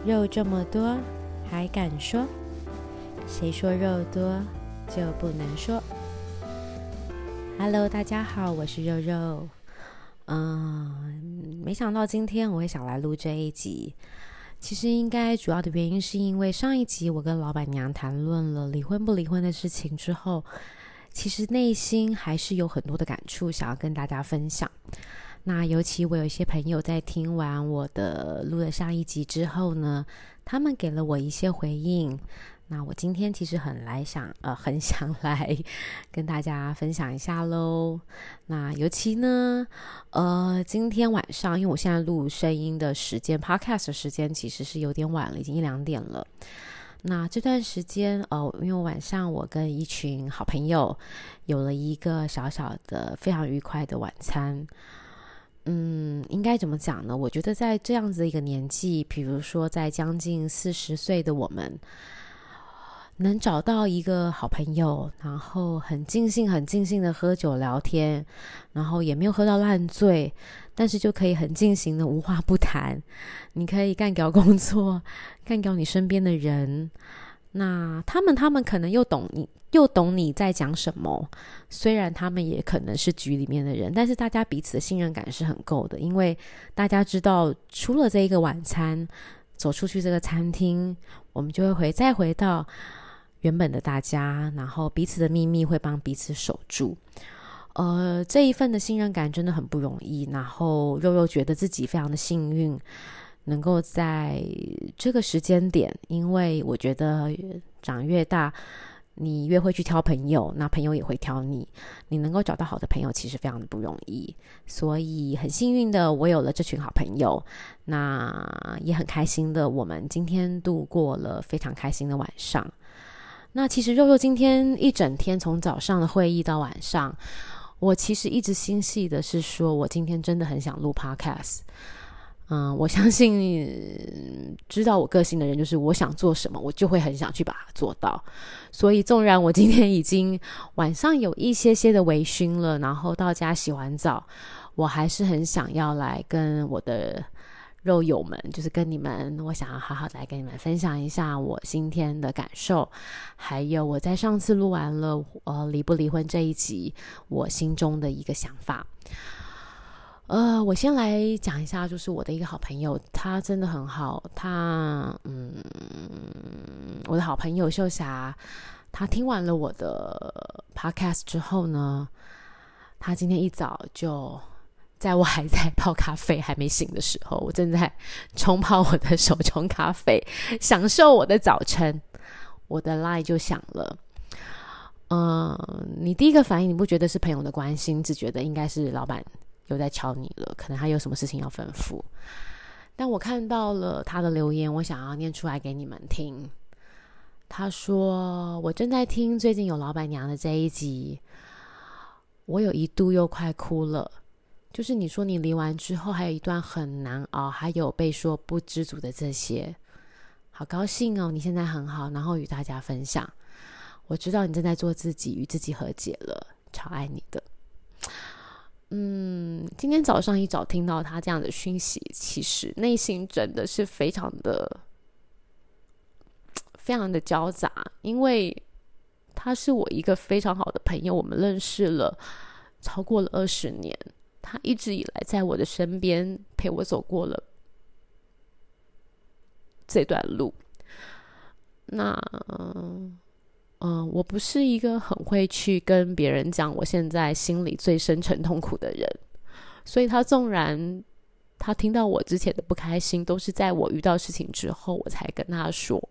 肉这么多，还敢说？谁说肉多就不能说？Hello， 大家好，我是肉肉。没想到今天我会想来录这一集。其实应该主要的原因是因为上一集我跟老板娘谈论了离婚不离婚的事情之后，其实内心还是有很多的感触想要跟大家分享。那尤其我有一些朋友在听完我的录的上一集之后呢，他们给了我一些回应。那我今天其实很想来跟大家分享一下咯。那尤其呢今天晚上，因为我现在录声音的时间 podcast 的时间其实是有点晚了，已经1-2点了。那这段时间因为晚上我跟一群好朋友有了一个小小的非常愉快的晚餐。应该怎么讲呢？我觉得在这样子的一个年纪，比如说在将近40岁的我们，能找到一个好朋友，然后很尽兴的喝酒聊天，然后也没有喝到烂醉，但是就可以很尽情的无话不谈。你可以干掉工作，干掉你身边的人，那他们可能又懂你在讲什么。虽然他们也可能是局里面的人，但是大家彼此的信任感是很够的，因为大家知道除了这一个晚餐，走出去这个餐厅，我们就会再回到原本的大家，然后彼此的秘密会帮彼此守住。这一份的信任感真的很不容易，然后肉肉觉得自己非常的幸运，能够在这个时间点，因为我觉得长越大，你越会去挑朋友，那朋友也会挑你，你能够找到好的朋友其实非常的不容易。所以很幸运的我有了这群好朋友，那也很开心的我们今天度过了非常开心的晚上。那其实肉肉今天一整天从早上的会议到晚上，我其实一直心系的是说我今天真的很想录 podcast。我相信知道我个性的人，就是我想做什么我就会很想去把它做到。所以纵然我今天已经晚上有一些的微醺了，然后到家洗完澡，我还是很想要来跟我的肉友们，就是跟你们，我想要好好来跟你们分享一下我今天的感受，还有我在上次录完了离不离婚这一集我心中的一个想法。我先来讲一下，就是我的一个好朋友，他真的很好。我的好朋友秀霞，他听完了我的 podcast 之后呢，他今天一早就在我还在泡咖啡还没醒的时候，我正在冲泡我的手冲咖啡，享受我的早晨，我的 line 就响了。你第一个反应你不觉得是朋友的关心，只觉得应该是老板又在敲你了，可能他有什么事情要吩咐。但我看到了他的留言，我想要念出来给你们听。他说，我正在听最近有老板娘的这一集，我有一度又快哭了。就是你说你离完之后还有一段很难熬，还有被说不知足的这些，好高兴哦，你现在很好，然后与大家分享。我知道你正在做自己，与自己和解了，超爱你的。今天早上一早听到他这样的讯息，其实内心真的是非常的焦杂，因为他是我一个非常好的朋友，我们认识了超过了20年，他一直以来在我的身边陪我走过了这段路。那我不是一个很会去跟别人讲我现在心里最深沉痛苦的人，所以他纵然他听到我之前的不开心，都是在我遇到事情之后我才跟他说。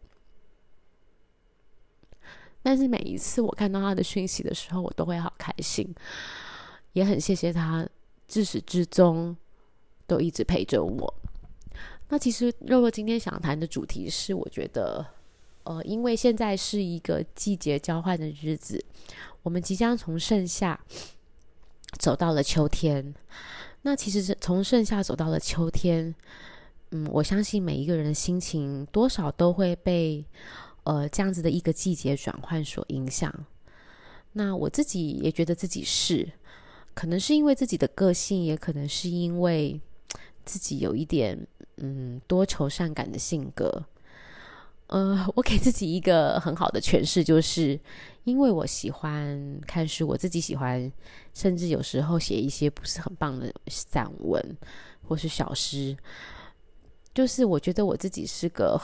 但是每一次我看到他的讯息的时候，我都会好开心，也很谢谢他自始至终都一直陪着我。那其实肉肉今天想谈的主题是，我觉得因为现在是一个季节交换的日子，我们即将从盛夏走到了秋天。那其实从盛夏走到了秋天，我相信每一个人的心情多少都会被这样子的一个季节转换所影响。那我自己也觉得自己是，可能是因为自己的个性，也可能是因为自己有一点多愁善感的性格。我给自己一个很好的诠释，就是因为我喜欢看书，我自己喜欢，甚至有时候写一些不是很棒的散文或是小诗，就是我觉得我自己是个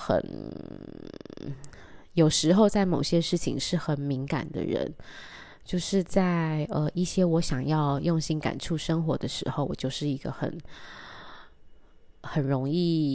有时候在某些事情是很敏感的人，就是在一些我想要用心感触生活的时候，我就是一个很容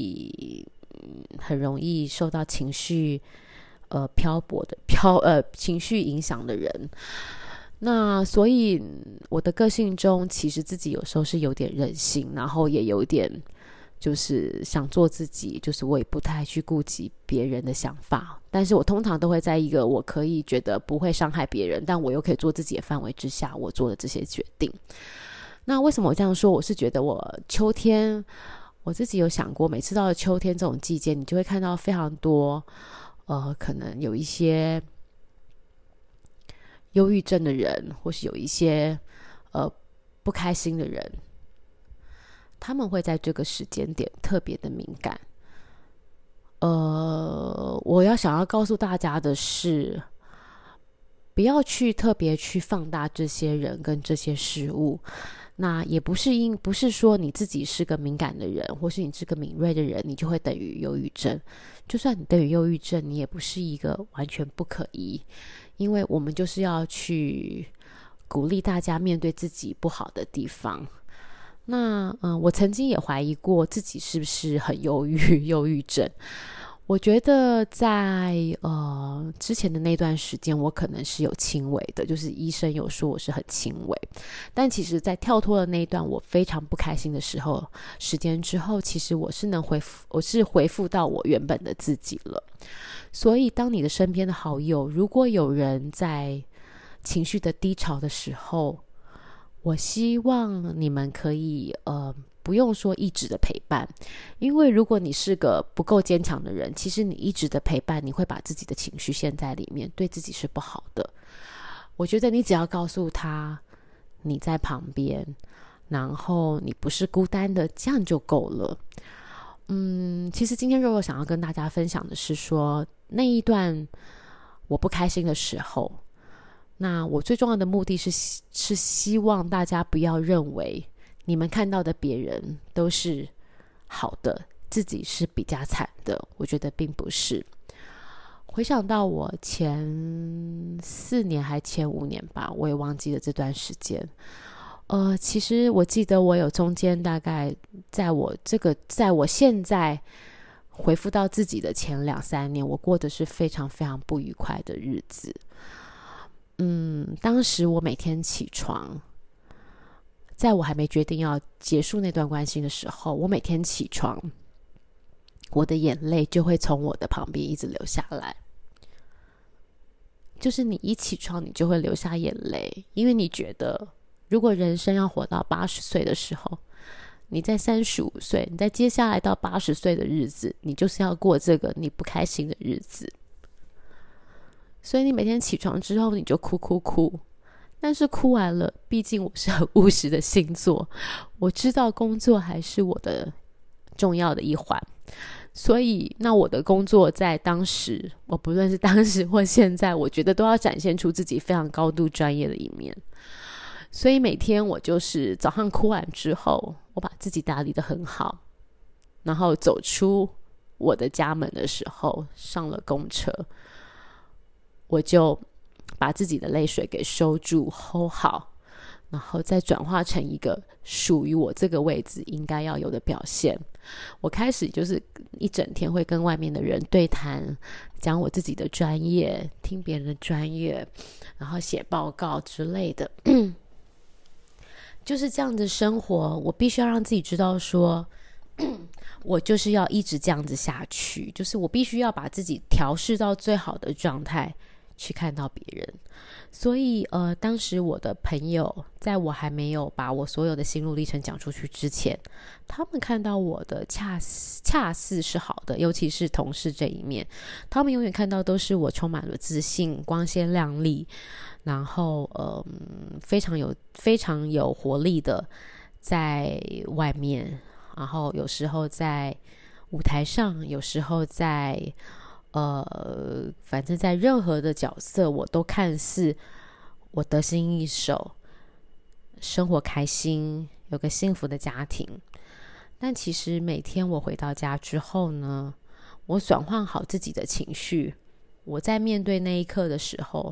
易受到情绪漂泊的情绪影响的人。那所以我的个性中，其实自己有时候是有点任性，然后也有点就是想做自己，就是我也不太去顾及别人的想法，但是我通常都会在一个我可以觉得不会伤害别人，但我又可以做自己的范围之下，我做的这些决定。那为什么我这样说？我是觉得秋天，我自己有想过，每次到了秋天这种季节，你就会看到非常多可能有一些忧郁症的人，或是有一些不开心的人，他们会在这个时间点特别的敏感。我想要告诉大家的是，不要去特别去放大这些人跟这些事物。那也不是说你自己是个敏感的人，或是你是个敏锐的人，你就会等于忧郁症。就算你等于忧郁症，你也不是一个完全不可疑，因为我们就是要去鼓励大家面对自己不好的地方。那我曾经也怀疑过自己是不是很忧郁症。我觉得在之前的那段时间，我可能是有轻微的，就是医生有说我是很轻微，但其实在跳脱了那一段我非常不开心的时间之后，其实我是回复到我原本的自己了。所以当你的身边的好友，如果有人在情绪的低潮的时候，我希望你们可以不用说一直的陪伴，因为如果你是个不够坚强的人，其实你一直的陪伴，你会把自己的情绪陷在里面，对自己是不好的。我觉得你只要告诉他你在旁边，然后你不是孤单的，这样就够了。其实今天肉肉想要跟大家分享的是说，那一段我不开心的时候，那我最重要的目的是希望大家不要认为你们看到的别人都是好的，自己是比较惨的。我觉得并不是。回想到我前4年还前5年吧，我也忘记了这段时间。其实我记得我有中间大概在我现在恢复到自己的前2-3年，我过的是非常非常不愉快的日子。当时我每天起床，在我还没决定要结束那段关系的时候，我每天起床，我的眼泪就会从我的旁边一直流下来。就是你一起床，你就会流下眼泪，因为你觉得如果人生要活到80岁的时候，你在35岁，你在接下来到80岁的日子，你就是要过这个你不开心的日子。所以你每天起床之后，你就哭，但是哭完了，毕竟我是很务实的星座，我知道工作还是我的重要的一环，所以那我的工作在当时，我不论是当时或现在，我觉得都要展现出自己非常高度专业的一面。所以每天我就是早上哭完之后，我把自己打理得很好，然后走出我的家门的时候，上了公车，我就把自己的泪水给收住 hold 好，然后再转化成一个属于我这个位置应该要有的表现。我开始就是一整天会跟外面的人对谈，讲我自己的专业，听别人的专业，然后写报告之类的就是这样的生活。我必须要让自己知道说我就是要一直这样子下去，就是我必须要把自己调试到最好的状态去看到别人。所以当时我的朋友在我还没有把我所有的心路历程讲出去之前，他们看到我的恰似是好的，尤其是同事这一面，他们永远看到都是我充满了自信，光鲜亮丽，然后非常有活力的在外面，然后有时候在舞台上，有时候在反正在任何的角色，我都看似我得心应手，生活开心，有个幸福的家庭。但其实每天我回到家之后呢，我转换好自己的情绪，我在面对那一刻的时候，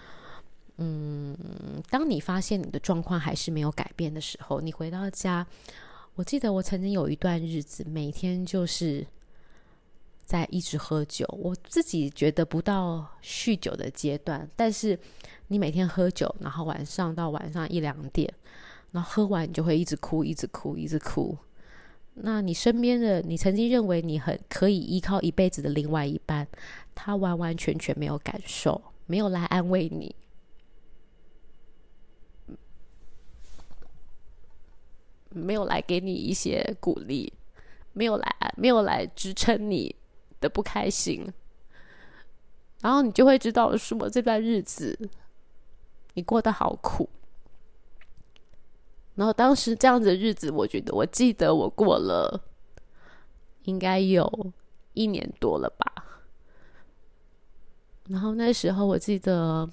当你发现你的状况还是没有改变的时候，你回到家，我记得我曾经有一段日子，每天就是在一直喝酒。我自己觉得不到酗酒的阶段，但是你每天喝酒，然后晚上1-2点，然后喝完你就会一直哭，一直哭，一直哭。那你身边的你曾经认为你很可以依靠一辈子的另外一半，他完完全全没有感受，没有来安慰你，没有来给你一些鼓励，没有来支撑你的不开心，然后你就会知道说这段日子你过得好苦。然后当时这样子的日子，我记得我过了应该有1年多了吧。然后那时候我记得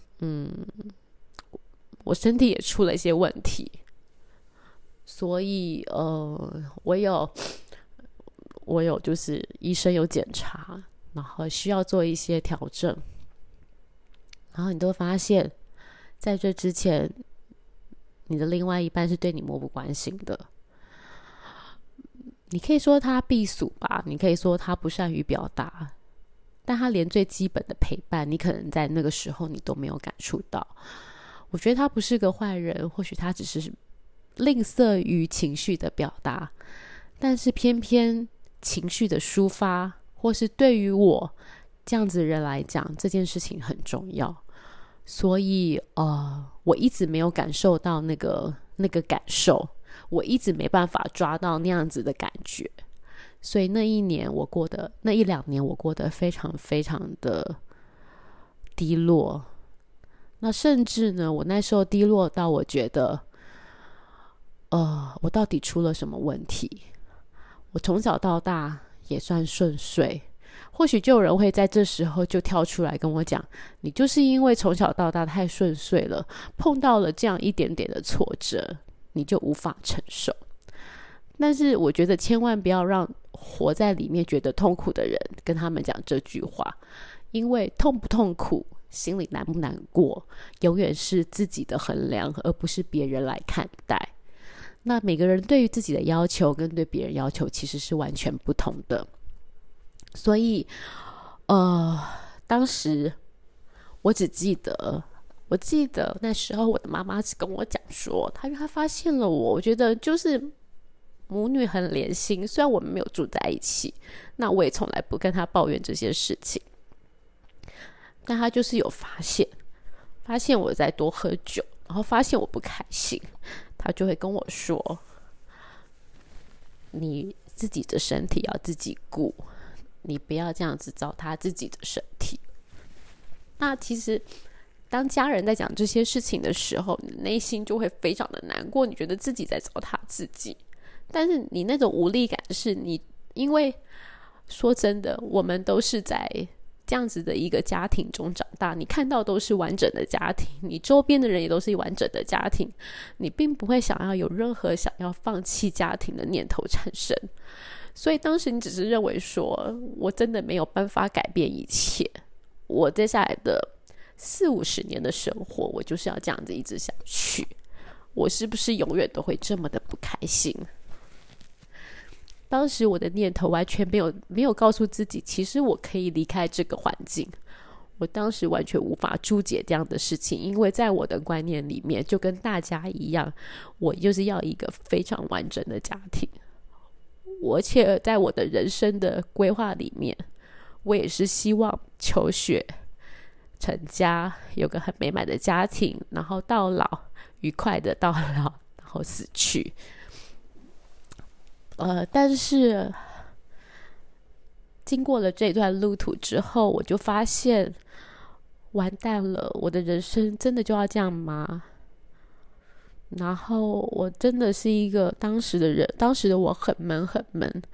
我身体也出了一些问题，所以我有就是医生有检查，然后需要做一些调整。然后你都发现在这之前你的另外一半是对你漠不关心的，你可以说他避俗吧，你可以说他不善于表达，但他连最基本的陪伴，你可能在那个时候你都没有感触到。我觉得他不是个坏人，或许他只是吝啬于情绪的表达，但是偏偏情绪的抒发，或是对于我这样子的人来讲，这件事情很重要。所以我一直没有感受到那个感受，我一直没办法抓到那样子的感觉。所以那1-2年我过得非常非常的低落。那甚至呢，我那时候低落到我觉得我到底出了什么问题？我从小到大也算顺遂，或许就有人会在这时候就跳出来跟我讲，你就是因为从小到大太顺遂了，碰到了这样一点点的挫折，你就无法承受。但是我觉得千万不要让活在里面觉得痛苦的人跟他们讲这句话，因为痛不痛苦，心里难不难过，永远是自己的衡量，而不是别人来看待。那每个人对于自己的要求跟对别人要求其实是完全不同的。所以当时我记得那时候我的妈妈是跟我讲说，她发现了我觉得就是母女很连心，虽然我们没有住在一起，那我也从来不跟她抱怨这些事情，但她就是有发现我在多喝酒，然后发现我不开心，她就会跟我说，你自己的身体要自己顾，你不要这样子糟蹋自己的身体。那其实当家人在讲这些事情的时候，你内心就会非常的难过，你觉得自己在糟蹋自己，但是你那种无力感是你，因为说真的，我们都是在这样子的一个家庭中长大，你看到都是完整的家庭，你周边的人也都是完整的家庭，你并不会想要有任何想要放弃家庭的念头产生。所以当时你只是认为说，我真的没有办法改变一切，我接下来的40-50年的生活，我就是要这样子一直下去，我是不是永远都会这么的不开心？当时我的念头完全没有告诉自己，其实我可以离开这个环境。我当时完全无法注解这样的事情，因为在我的观念里面，就跟大家一样，我就是要一个非常完整的家庭。而且在我的人生的规划里面，我也是希望求学、成家，有个很美满的家庭，然后到老，愉快的到老，然后死去。但是经过了这段路途之后，我就发现完蛋了，我的人生真的就要这样吗？然后我真的是一个当时的我很闷，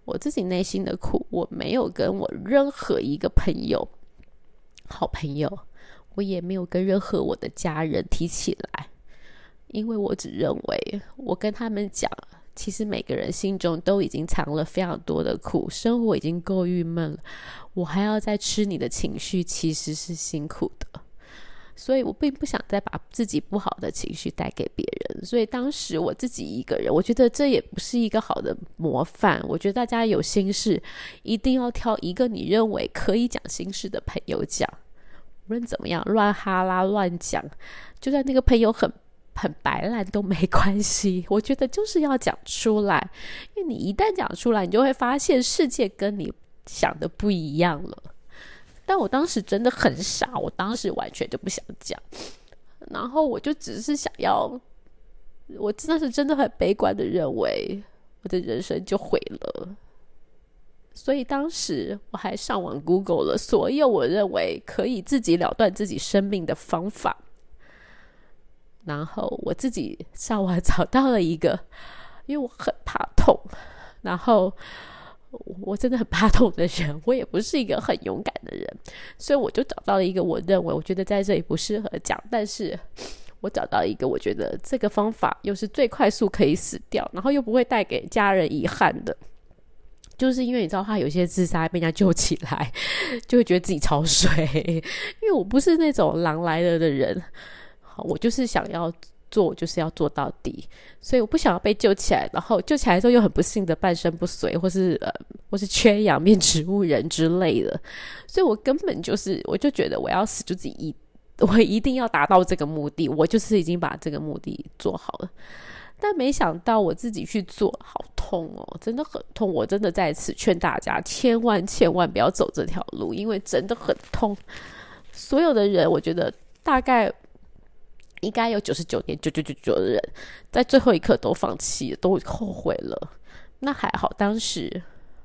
我自己内心的苦，我没有跟我任何一个朋友、好朋友，我也没有跟任何我的家人提起来，因为我只认为我跟他们讲，其实每个人心中都已经藏了非常多的苦，生活已经够郁闷了，我还要再吃你的情绪，其实是辛苦的。所以我并不想再把自己不好的情绪带给别人，所以当时我自己一个人，我觉得这也不是一个好的模范。我觉得大家有心事一定要挑一个你认为可以讲心事的朋友讲，无论怎么样乱哈拉乱讲，就算那个朋友很白烂都没关系，我觉得就是要讲出来，因为你一旦讲出来，你就会发现世界跟你想的不一样了。但我当时真的很傻，我当时完全就不想讲，然后我就只是想要，我真的很悲观的认为我的人生就毁了。所以当时我还上网 Google 了所有我认为可以自己了断自己生命的方法，然后我自己上网找到了一个，因为我很怕痛，然后我真的很怕痛的人，我也不是一个很勇敢的人，所以我就找到了一个我认为我觉得在这里不适合讲，但是我找到一个我觉得这个方法又是最快速可以死掉，然后又不会带给家人遗憾的。就是因为你知道他有些自杀被人家救起来就会觉得自己超衰，因为我不是那种狼来了的人，我就是想要做，我就是要做到底，所以我不想要被救起来，然后救起来之后又很不幸的半身不遂，或是缺氧变植物人之类的，所以我根本就是我就觉得我要死就我一定要达到这个目的，我就是已经把这个目的做好了。但没想到我自己去做，好痛哦，真的很痛。我真的在此劝大家，千万不要走这条路，因为真的很痛。所有的人，我觉得大概应该有99.999%的人在最后一刻都放弃了，都后悔了。那还好，当时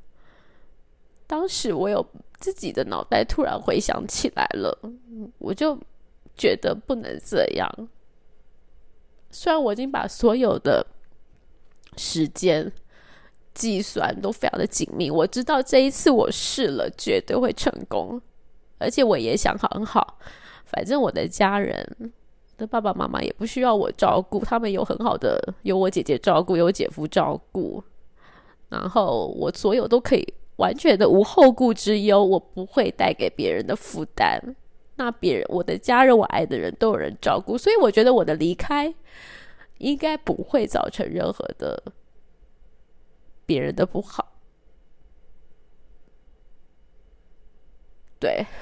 我有自己的脑袋突然回想起来了，我就觉得不能这样。虽然我已经把所有的时间计算都非常的紧密，我知道这一次我试了绝对会成功，而且我也想很好，反正我的家人的爸爸妈妈也不需要我照顾，他们有很好的，有我姐姐照顾，有我姐夫照顾，然后我所有都可以完全的无后顾之忧，我不会带给别人的负担，那别人，我的家人，我爱的人都有人照顾，所以我觉得我的离开应该不会造成任何的别人的不好。对，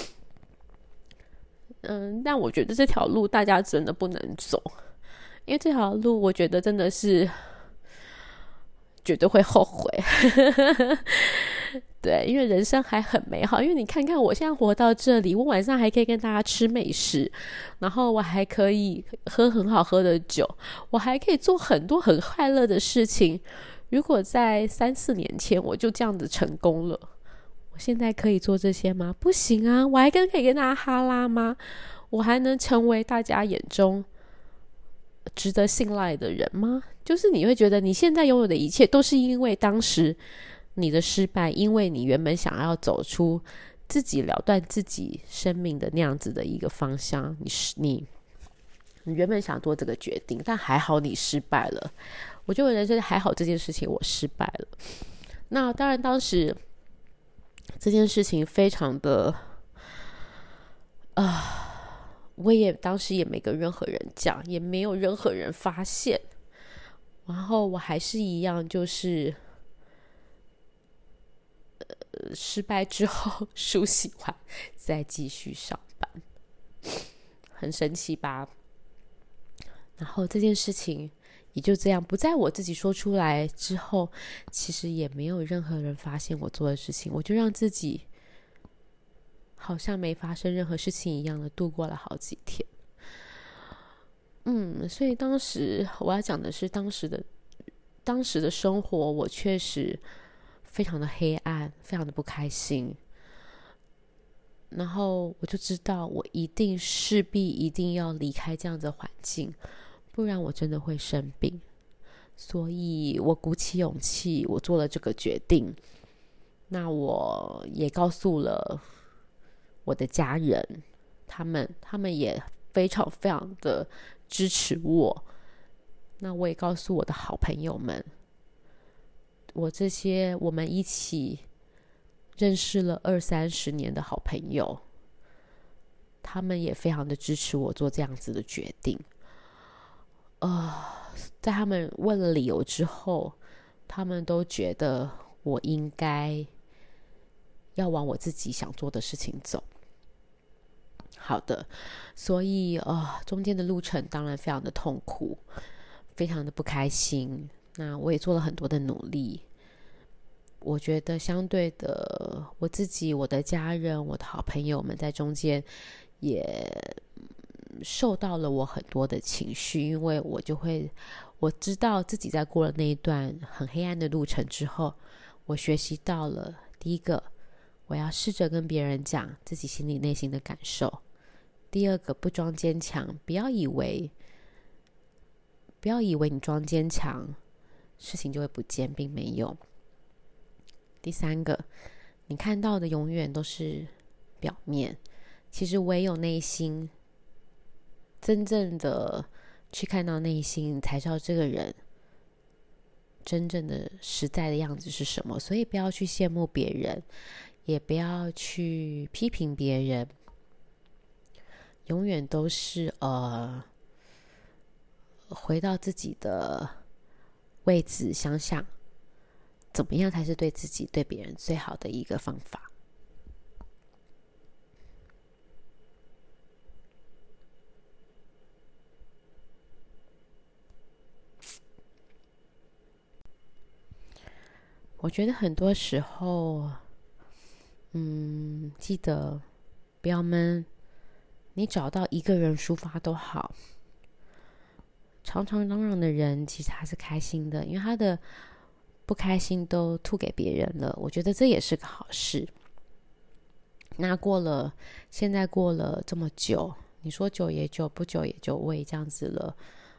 但我觉得这条路大家真的不能走，因为这条路我觉得真的是绝对会后悔。对，因为人生还很美好，因为你看看我现在活到这里，我晚上还可以跟大家吃美食，然后我还可以喝很好喝的酒，我还可以做很多很快乐的事情。如果在3-4年前我就这样子成功了，我现在可以做这些吗？不行啊，我还可以跟大家哈拉吗？我还能成为大家眼中值得信赖的人吗？就是你会觉得你现在拥有的一切都是因为当时你的失败，因为你原本想要走出自己了断自己生命的那样子的一个方向，你原本想做这个决定，但还好你失败了。我觉得我人生还好这件事情我失败了。那当然当时这件事情非常的我也当时也没跟任何人讲，也没有任何人发现，然后我还是一样就是失败之后梳洗完再继续上班，很神奇吧？然后这件事情也就这样不在我自己说出来之后，其实也没有任何人发现我做的事情，我就让自己好像没发生任何事情一样的度过了好几天。所以当时我要讲的是当时的生活，我确实非常的黑暗，非常的不开心。然后我就知道我势必一定要离开这样的环境，不然我真的会生病。 所以我鼓起勇气，我做了这个决定。那我也告诉了我的家人，他们也非常非常的支持我。那我也告诉我的好朋友们，我们一起认识了20-30年的好朋友，他们也非常的支持我做这样子的决定。在他们问了理由之后，他们都觉得我应该要往我自己想做的事情走。好的，所以中间的路程当然非常的痛苦，非常的不开心。那我也做了很多的努力。我觉得相对的，我自己、我的家人、我的好朋友们在中间也受到了我很多的情绪，因为我知道自己在过了那一段很黑暗的路程之后，我学习到了第一个，我要试着跟别人讲自己心里内心的感受。第二个，不装坚强，不要以为你装坚强，事情就会不见，并没有。第三个，你看到的永远都是表面，其实唯有内心真正的去看到内心，才知道这个人真正的实在的样子是什么。所以不要去羡慕别人，也不要去批评别人，永远都是回到自己的位置，想想怎么样才是对自己对别人最好的一个方法。我觉得很多时候记得不要闷，你找到一个人抒发都好。常常嚷嚷的人其实他是开心的，因为他的不开心都吐给别人了，我觉得这也是个好事。那现在过了这么久，你说久也久，不久也久，我也这样子了，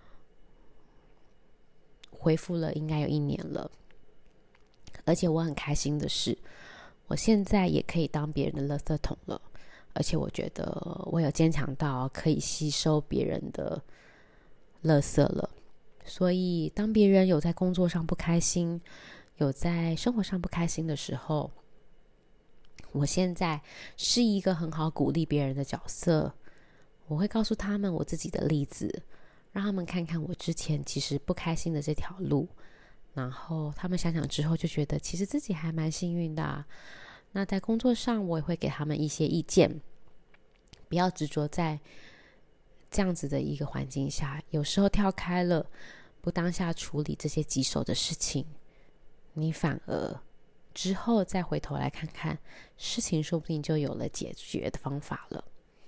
恢复了应该有1年了。而且我很开心的是，我现在也可以当别人的垃圾桶了，而且我觉得我有坚强到可以吸收别人的垃圾了。所以当别人有在工作上不开心，有在生活上不开心的时候，我现在是一个很好鼓励别人的角色。我会告诉他们我自己的例子，让他们看看我之前其实不开心的这条路，然后他们想想之后就觉得其实自己还蛮幸运的啊。那在工作上我也会给他们一些意见，不要执着在这样子的一个环境下，有时候跳开了，不当下处理这些棘手的事情，你反而之后再回头来看看，事情说不定就有了解决的方法了。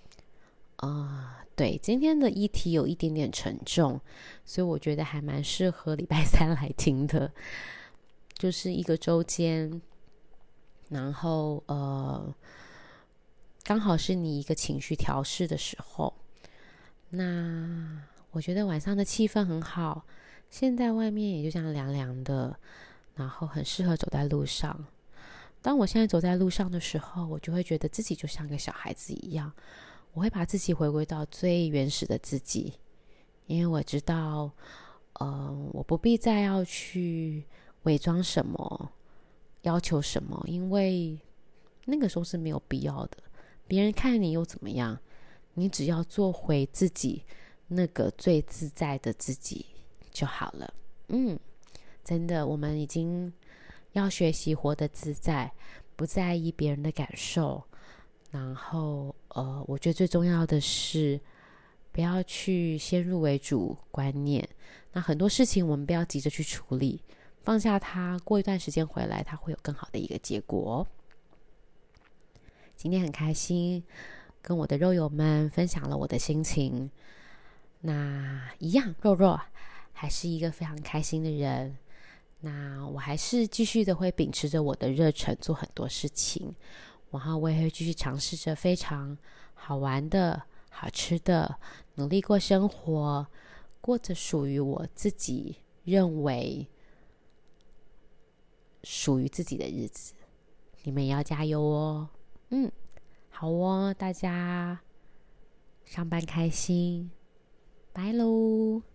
对，今天的议题有一点点沉重，所以我觉得还蛮适合礼拜三来听的，就是一个周间，然后刚好是你一个情绪调试的时候。那我觉得晚上的气氛很好，现在外面也就这样凉凉的，然后很适合走在路上。当我现在走在路上的时候，我就会觉得自己就像个小孩子一样，我会把自己回归到最原始的自己，因为我知道我不必再要去伪装什么，要求什么，因为那个时候是没有必要的。别人看你又怎么样？你只要做回自己那个最自在的自己就好了。真的，我们已经要学习活得自在，不在意别人的感受。然后我觉得最重要的是不要去先入为主观念。那很多事情我们不要急着去处理，放下它，过一段时间回来，它会有更好的一个结果。今天很开心跟我的肉友们分享了我的心情。那一样，肉肉还是一个非常开心的人。那我还是继续的会秉持着我的热忱做很多事情，然后我也会继续尝试着非常好玩的、好吃的，努力过生活，过着属于我自己认为属于自己的日子。你们也要加油哦。好哦，大家上班开心，拜喽。